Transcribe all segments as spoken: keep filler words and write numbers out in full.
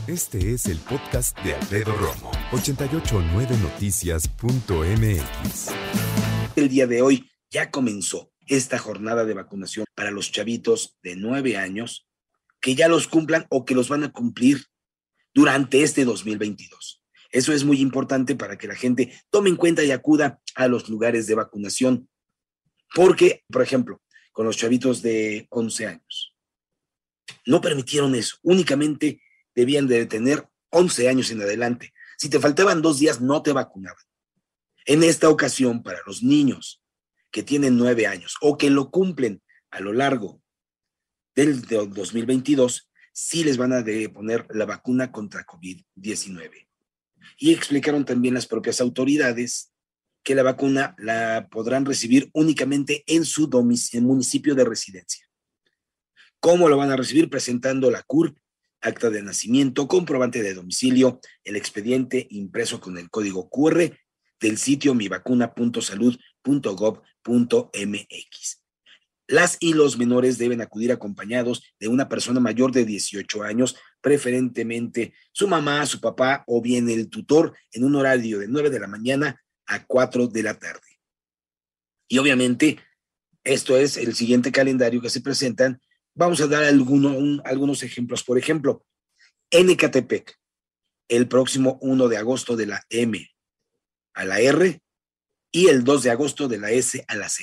Este es el podcast de Alfredo Romo, ochenta y ocho punto nueve noticias punto m x. El día de hoy ya comenzó esta jornada de vacunación para los chavitos de nueve años que ya los cumplan o que los van a cumplir durante este dos mil veintidós. Eso es muy importante para que la gente tome en cuenta y acuda a los lugares de vacunación. Porque, por ejemplo, con los chavitos de once años, no permitieron eso. Únicamente debían de tener once años en adelante. Si te faltaban dos días, no te vacunaban. En esta ocasión, para los niños que tienen nueve años o que lo cumplen a lo largo del dos mil veintidós, sí les van a poner la vacuna contra COVID diecinueve. Y explicaron también las propias autoridades que la vacuna la podrán recibir únicamente en su domicilio, municipio de residencia. ¿Cómo lo van a recibir? Presentando la C U R, acta de nacimiento, comprobante de domicilio, el expediente impreso con el código Q R del sitio mi vacuna punto salud punto gob punto m x. Las y los menores deben acudir acompañados de una persona mayor de dieciocho años, preferentemente su mamá, su papá o bien el tutor, en un horario de nueve de la mañana a cuatro de la tarde. Y obviamente, esto es el siguiente calendario que se presentan. Vamos a dar alguno, un, algunos ejemplos. Por ejemplo, en Ecatepec, el próximo primero de agosto de la M a la R y el dos de agosto de la S a la Z.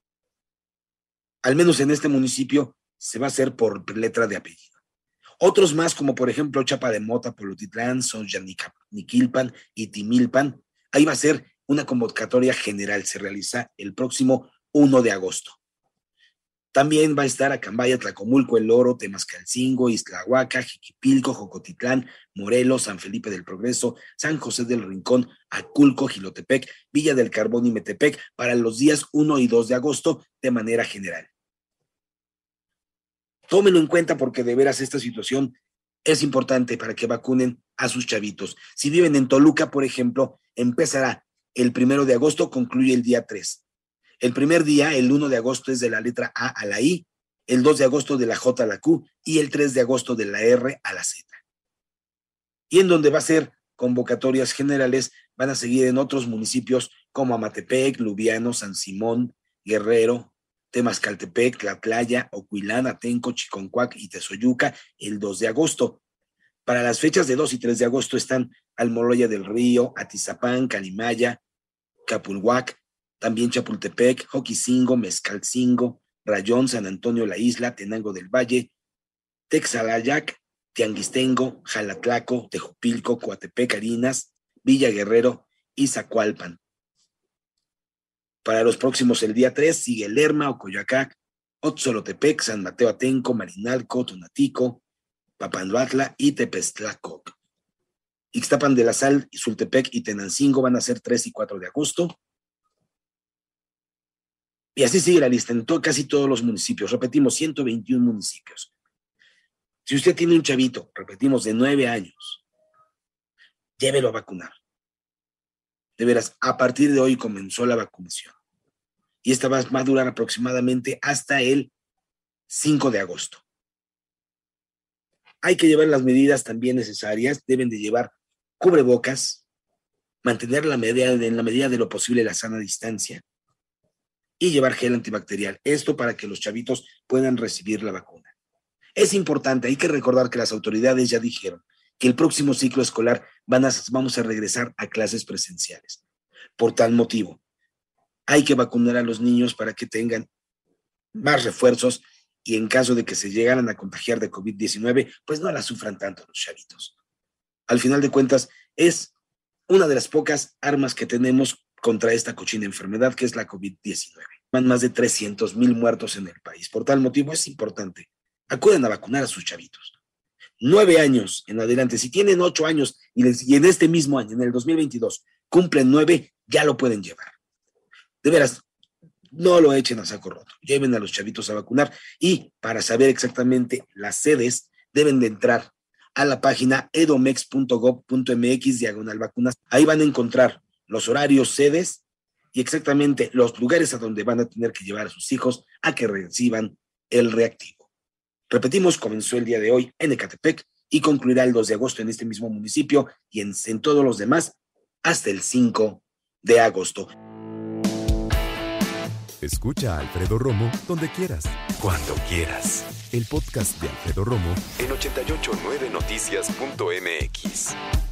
Al menos en este municipio se va a hacer por letra de apellido. Otros más, como por ejemplo Chapa de Mota, Polotitlán, Xochaniquilpan y Timilpan, ahí va a ser una convocatoria general. Se realiza el próximo primero de agosto. También va a estar Acambaya, Tlacomulco, El Oro, Temascalcingo, Ixtlahuaca, Jiquipilco, Jocotitlán, Morelos, San Felipe del Progreso, San José del Rincón, Aculco, Jilotepec, Villa del Carbón y Metepec para los días primero y dos de agosto de manera general. Tómenlo en cuenta porque de veras esta situación es importante para que vacunen a sus chavitos. Si viven en Toluca, por ejemplo, empezará el primero de agosto, concluye el día tres. El primer día, el primero de agosto, es de la letra A a la I, el dos de agosto de la J a la Q y el tres de agosto de la R a la Z. Y en donde va a ser convocatorias generales, van a seguir en otros municipios como Amatepec, Lubiano, San Simón, Guerrero, Temascaltepec, Tlatlaya, Ocuilán, Atenco, Chiconcuac y Tezoyuca el dos de agosto. Para las fechas de dos y tres de agosto están Almoloya del Río, Atizapán, Calimaya, Capulhuac, también Chapultepec, Joquicingo, Mezcalcingo, Rayón, San Antonio la Isla, Tenango del Valle, Texalayac, Tianguistengo, Jalatlaco, Tejupilco, Coatepec, Harinas, Villa Guerrero y Zacualpan. Para los próximos, el día tres, sigue Lerma, Ocoyoacac, Otzolotepec, San Mateo Atenco, Marinalco, Tonatico, Papandhuatla y Tepeztlacoc. Ixtapan de la Sal, Sultepec y Tenancingo van a ser tres y cuatro de agosto. Y así sigue la lista en to- casi todos los municipios. Repetimos, ciento veintiún municipios. Si usted tiene un chavito, repetimos, de nueve años, llévelo a vacunar. De veras, a partir de hoy comenzó la vacunación. Y esta va a durar aproximadamente hasta el cinco de agosto. Hay que llevar las medidas también necesarias. Deben de llevar cubrebocas, mantener la medida, en la medida de lo posible la sana distancia y llevar gel antibacterial. Esto para que los chavitos puedan recibir la vacuna. Es importante, hay que recordar que las autoridades ya dijeron que el próximo ciclo escolar van a, vamos a regresar a clases presenciales. Por tal motivo, hay que vacunar a los niños para que tengan más refuerzos y en caso de que se llegaran a contagiar de COVID diecinueve, pues no la sufran tanto los chavitos. Al final de cuentas, es una de las pocas armas que tenemos contra esta cochina enfermedad que es la COVID diecinueve. Van más de trescientos mil muertos en el país. Por tal motivo es importante. Acudan a vacunar a sus chavitos. Nueve años en adelante. Si tienen ocho años y, les, y en este mismo año, en el dos mil veintidós, cumplen nueve, ya lo pueden llevar. De veras, no lo echen a saco roto. Lleven a los chavitos a vacunar y para saber exactamente las sedes deben de entrar a la página edomex punto gob punto m x diagonal vacunas. Ahí van a encontrar los horarios, sedes y exactamente los lugares a donde van a tener que llevar a sus hijos a que reciban el reactivo. Repetimos, comenzó el día de hoy en Ecatepec y concluirá el dos de agosto en este mismo municipio y en, en todos los demás hasta el cinco de agosto. Escucha a Alfredo Romo donde quieras, cuando quieras. El podcast de Alfredo Romo en ochenta y ocho punto nueve noticias punto m x.